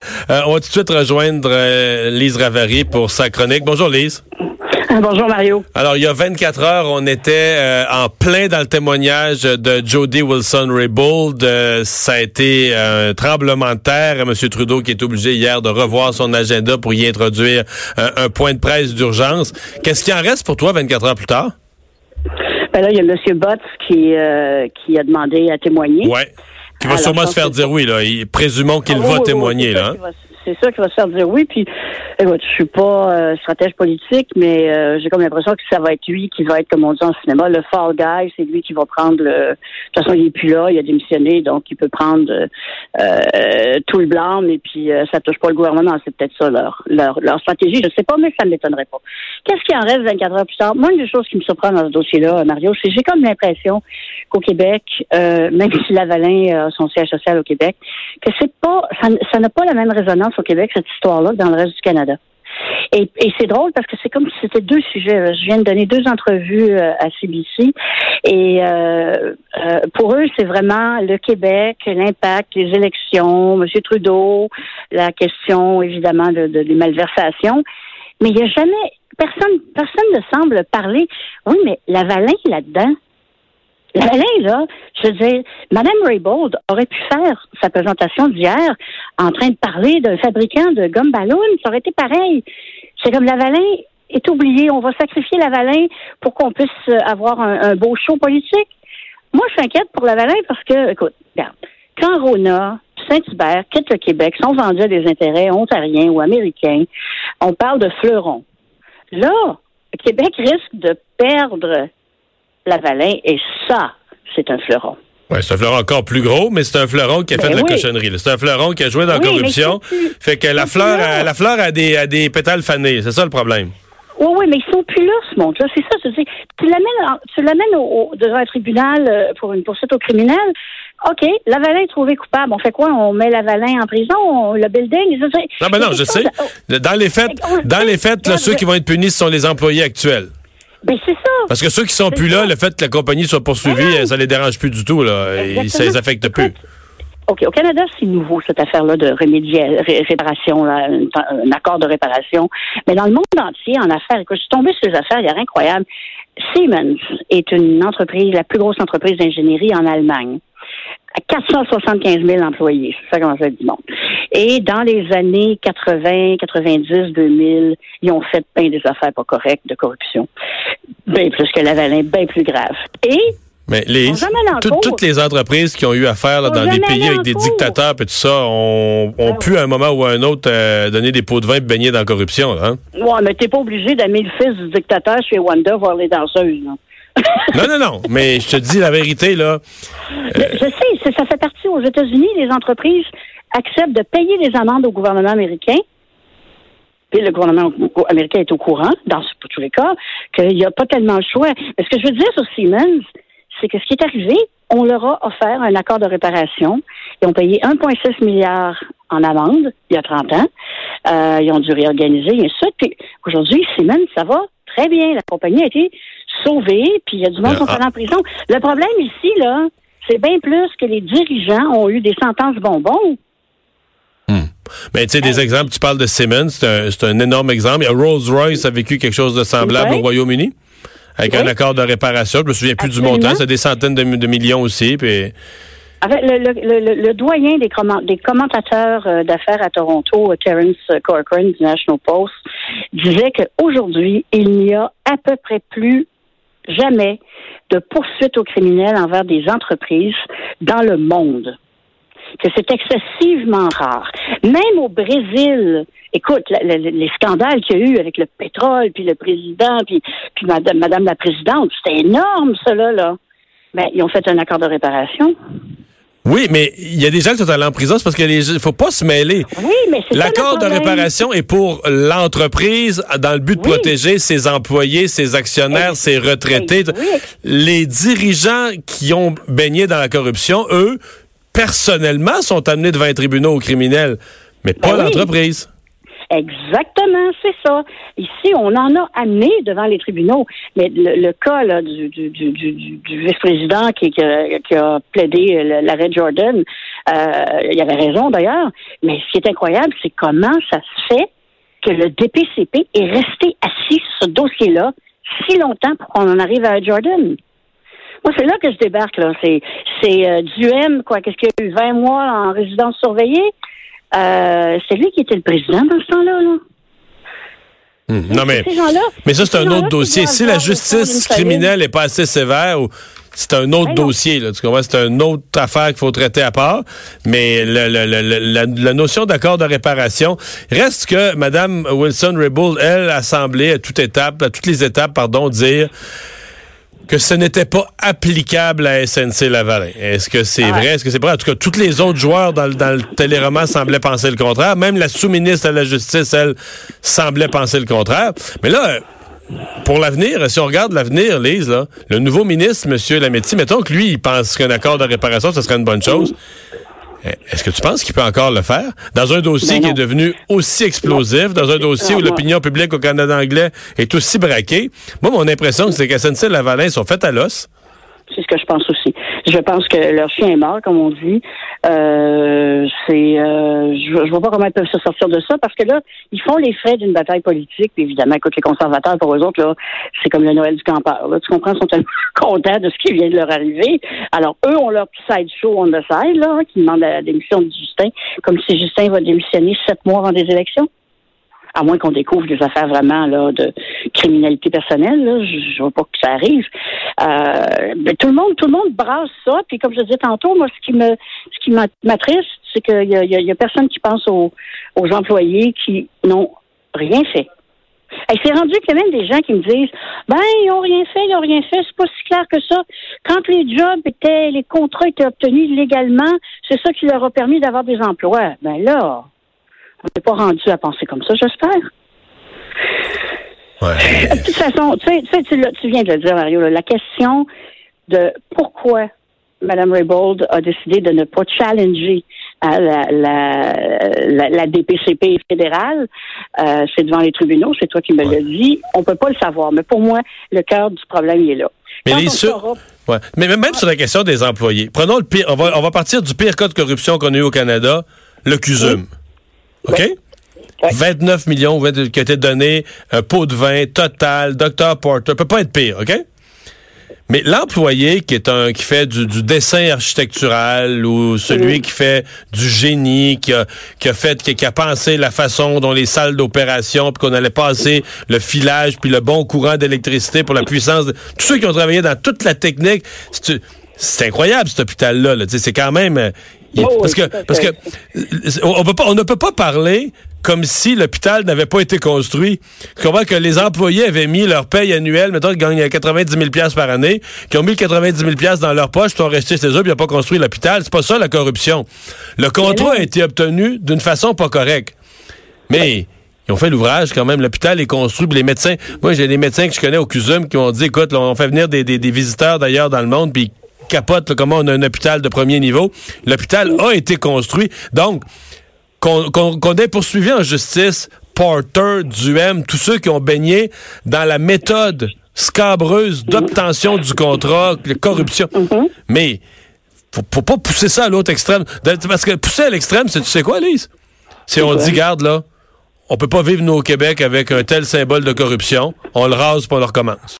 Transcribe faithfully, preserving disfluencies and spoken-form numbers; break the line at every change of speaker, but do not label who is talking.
Euh, on va tout de suite rejoindre euh, Lise Ravary pour sa chronique. Bonjour Lise.
Bonjour Mario.
Alors, il y a vingt-quatre heures, on était euh, en plein dans le témoignage de Jody Wilson-Raybould. Euh, ça a été un tremblement de terre. M. Trudeau qui est obligé hier de revoir son agenda pour y introduire euh, un point de presse d'urgence. Qu'est-ce qui en reste pour toi vingt-quatre heures plus tard?
Ben là, il y a M. Botts qui, euh, qui a demandé à témoigner.
Ouais. Qui va Alors, sûrement se faire dire oui, là. Il, présumons qu'il ah, va oui, témoigner, oui, là. Hein?
C'est ça qui va se faire dire oui. Puis, écoute, je suis pas euh, stratège politique, mais euh, j'ai comme l'impression que ça va être lui qui va être, comme on dit en cinéma, le fall guy. C'est lui qui va prendre le... De toute façon, il est plus là, il a démissionné, donc il peut prendre euh, tout le blâme et puis euh, ça touche pas le gouvernement. C'est peut-être ça leur, leur, leur stratégie. Je sais pas, mais ça ne m'étonnerait pas. Qu'est-ce qui en reste vingt-quatre heures plus tard? Moi, une des choses qui me surprend dans ce dossier-là, Mario, c'est que j'ai comme l'impression qu'au Québec, euh, même si Lavalin a son siège social au Québec, que c'est pas... Ça, ça n'a pas la même résonance au Québec, cette histoire-là, que dans le reste du Canada. Et, et c'est drôle parce que c'est comme si c'était deux sujets. Je viens de donner deux entrevues euh, à C B C et euh, euh, pour eux, c'est vraiment le Québec, l'impact, les élections, M. Trudeau, la question, évidemment, de, de, des malversations. Mais il n'y a jamais... Personne, personne ne semble parler... Oui, mais Lavalin, là-dedans... Lavalin, là, je veux dire, Mme Raybould aurait pu faire sa présentation d'hier en train de parler d'un fabricant de gomme ballon. Ça aurait été pareil. C'est comme Lavalin est oublié. On va sacrifier Lavalin pour qu'on puisse avoir un, un beau show politique. Moi, je suis inquiète pour Lavalin parce que, écoute, regarde, quand Rona, Saint-Hubert quittent le Québec, sont vendus à des intérêts ontariens ou américains, on parle de fleurons. Là, le Québec risque de perdre Lavalin, et ça, c'est un fleuron.
Oui, c'est un fleuron encore plus gros, mais c'est un fleuron qui a fait ben de la oui. cochonnerie. Là. C'est un fleuron qui a joué dans la oui, corruption. Fait que la fleur, a, la fleur a des, a des pétales fanés. C'est ça le problème.
Oui, oui, mais ils sont plus là, ce monde-là. C'est ça, tu sais. Tu l'amènes, tu l'amènes au, au, devant un tribunal pour une poursuite au criminel. OK, Lavalin est trouvé coupable. On fait quoi? On met Lavalin en prison? On, le building? Je sais.
Non, mais non, je sais. De, dans les faits, dans les faits, là, ceux qui vont être punis, ce sont les employés actuels.
Ben, c'est ça.
Parce que ceux qui sont c'est plus ça. Là, le fait que la compagnie soit poursuivie, ben ça les dérange plus du tout, là. Et ça les affecte plus.
OK. Au Canada, c'est nouveau, cette affaire-là de remédiation, ré, réparation, là, un, un accord de réparation. Mais dans le monde entier, en affaires, écoute, je suis tombée sur les affaires, il y a rien incroyable. Siemens est une entreprise, la plus grosse entreprise d'ingénierie en Allemagne. À quatre cent soixante-quinze mille employés. C'est ça comment ça dit bon. Et dans les années quatre-vingts, quatre-vingt-dix, deux mille, ils ont fait bien des affaires pas correctes de corruption. Bien plus que Lavalin, bien plus grave. Et
mais les, tout, toutes les entreprises qui ont eu affaire là, dans des pays avec des dictateurs et tout ça ont, ont ah, pu oui. à un moment ou à un autre euh, donner des pots de vin et baigner dans la corruption. Hein?
Ouais, mais t'es pas obligé d'amener le fils du dictateur chez Wanda voir les danseuses. Là.
non, non, non, mais je te dis la vérité, là.
Euh... Je sais, ça fait partie aux États-Unis, les entreprises acceptent de payer des amendes au gouvernement américain. Puis le gouvernement américain est au courant, dans pour tous les cas, qu'il n'y a pas tellement le choix. Mais ce que je veux dire sur Siemens, c'est que ce qui est arrivé, on leur a offert un accord de réparation. Ils ont payé un virgule six milliard en amende il y a trente ans. Euh, ils ont dû réorganiser et ça. Puis aujourd'hui, Siemens, ça va très bien. La compagnie a été sauvée, puis il y a du monde qui sont allés en prison. Le problème ici, là, c'est bien plus que les dirigeants ont eu des sentences bonbons.
Hmm. Mais tu sais, des euh, exemples, tu parles de Siemens, c'est un, c'est un énorme exemple. Rolls-Royce a vécu quelque chose de semblable oui. au Royaume-Uni, avec oui. un accord de réparation. Je me souviens plus Absolument. du montant, c'est des centaines de, de millions aussi. Puis...
Avec le, le, le, le doyen des, comment, des commentateurs euh, d'affaires à Toronto, Terence Corcoran du National Post, disait qu'aujourd'hui, il n'y a à peu près plus jamais de poursuite aux criminels envers des entreprises dans le monde. Que c'est excessivement rare. Même au Brésil, écoute, la, la, les scandales qu'il y a eu avec le pétrole, puis le président, puis, puis madame, madame la présidente, c'était énorme, cela, là. Ben, ils ont fait un accord de réparation.
Oui, mais il y a des gens qui sont allés en prison, c'est parce qu'il ne faut pas se mêler.
Oui, mais c'est
L'accord de réparation est pour l'entreprise dans le but de oui. protéger ses employés, ses actionnaires, et, ses retraités. Et, oui. Les dirigeants qui ont baigné dans la corruption, eux, personnellement, sont amenés devant les tribunaux aux criminels, mais pas ben l'entreprise.
Exactement, c'est ça. Ici, on en a amené devant les tribunaux, mais le, le cas là, du, du, du, du, du vice-président qui, qui, a, qui a plaidé l'arrêt Jordan, euh, il avait raison d'ailleurs, mais ce qui est incroyable, c'est comment ça se fait que le D P C P est resté assis sur ce dossier-là si longtemps pour qu'on en arrive à Jordan. Moi, c'est là que je débarque, là. C'est, c'est euh, Duhem, quoi, qu'est-ce qu'il y a eu, vingt mois en résidence surveillée? Euh, c'est lui qui était le président dans ce temps-là, là.
Hum, non, mais, mais ça, c'est un autre dossier. Si la justice criminelle n'est pas assez sévère, ou c'est un autre ben dossier, là, tu comprends? C'est une autre affaire qu'il faut traiter à part. Mais le, le, le, la, la notion d'accord de réparation reste que Mme Wilson-Raybould, elle, a semblé à toute étape, à toutes les étapes, pardon, dire que ce n'était pas applicable à S N C-Lavalin. Est-ce que c'est ah ouais. vrai? Est-ce que c'est vrai? En tout cas, tous les autres joueurs dans, dans le téléroman semblaient penser le contraire. Même la sous-ministre à la Justice, elle, semblait penser le contraire. Mais là, pour l'avenir, si on regarde l'avenir, Lise, là, le nouveau ministre, M. Lametti, mettons que lui, il pense qu'un accord de réparation, ce serait une bonne chose. Est-ce que tu penses qu'il peut encore le faire? Dans un dossier qui est devenu aussi explosif, dans un dossier où l'opinion publique au Canada anglais est aussi braquée, moi, mon impression, c'est qu'S N C-Lavalin sont faits à l'os.
C'est ce que je pense aussi. Je pense que leur chien est mort, comme on dit. Euh, c'est, euh, je, je vois pas comment ils peuvent se sortir de ça, parce que là, ils font les frais d'une bataille politique. Puis évidemment, écoute, les conservateurs, pour eux autres, là, c'est comme le Noël du campeur. Là, tu comprends, ils sont tellement contents de ce qui vient de leur arriver. Alors, eux ont leur petit side show on the side, là, qui demande la démission de Justin, comme si Justin va démissionner sept mois avant des élections. À moins qu'on découvre des affaires vraiment là de criminalité personnelle, là, je, je veux pas que ça arrive. Euh, mais tout le monde, tout le monde brasse ça. Puis comme je disais tantôt, moi, ce qui me, ce qui m'attriste, c'est qu'il y a, il y a, il y a personne qui pense aux, aux employés qui n'ont rien fait. Et c'est rendu qu'il y a même des gens qui me disent, ben ils ont rien fait, ils ont rien fait, c'est pas si clair que ça. Quand les jobs étaient, les contrats étaient obtenus légalement, c'est ça qui leur a permis d'avoir des emplois. Ben là. On n'est pas rendu à penser comme ça, j'espère.
Ouais.
De toute façon, tu sais, tu, sais, tu, tu viens de le dire, Mario, là, la question de pourquoi Mme Raybould a décidé de ne pas challenger hein, la, la, la, la D P C P fédérale, euh, c'est devant les tribunaux, c'est toi qui me ouais. l'as dit. On peut pas le savoir, mais pour moi, le cœur du problème, il est là.
Mais les sur... saura... ouais. Mais même sur la question des employés, prenons le pire, on va, on va partir du pire cas de corruption qu'on a eu au Canada, le CUSUM. Oui. OK? Oui. vingt-neuf millions qui ont été donnés, un pot de vin, Total, docteur Porter, peut pas être pire, OK? Mais l'employé qui est un qui fait du, du dessin architectural ou celui oui. qui fait du génie, qui a, qui a fait, qui, qui a pensé la façon dont les salles d'opération, puis qu'on allait passer le filage, puis le bon courant d'électricité pour la puissance de... Tous ceux qui ont travaillé dans toute la technique, c'est, c'est incroyable cet hôpital-là, là. C'est quand même... Il, oh, parce que parce que on peut pas on ne peut pas parler comme si l'hôpital n'avait pas été construit. Je comprends que les employés avaient mis leur paye annuelle, mettons qu'ils gagnent quatre-vingt-dix mille dollars par année, qui ont mis le quatre-vingt-dix mille dollars dans leur poche, puis ont resté chez eux, puis ils n'ont pas construit l'hôpital. C'est pas ça la corruption. Le contrat a été obtenu d'une façon pas correcte. Mais ils ont fait l'ouvrage quand même. L'hôpital est construit. Les médecins, moi j'ai des médecins que je connais au CUSUM qui m'ont dit, écoute, là, on fait venir des, des, des visiteurs d'ailleurs dans le monde, puis capote là, comment on a un hôpital de premier niveau. L'hôpital a été construit. Donc, qu'on, qu'on, qu'on ait poursuivi en justice Porter, Duhem, tous ceux qui ont baigné dans la méthode scabreuse d'obtention du contrat, la corruption. Mm-hmm. Mais, faut, faut pas pousser ça à l'autre extrême. Parce que pousser à l'extrême, c'est tu sais quoi, Lise? Si on dit, garde là, on peut pas vivre, nous, au Québec, avec un tel symbole de corruption, on le rase puis on le recommence.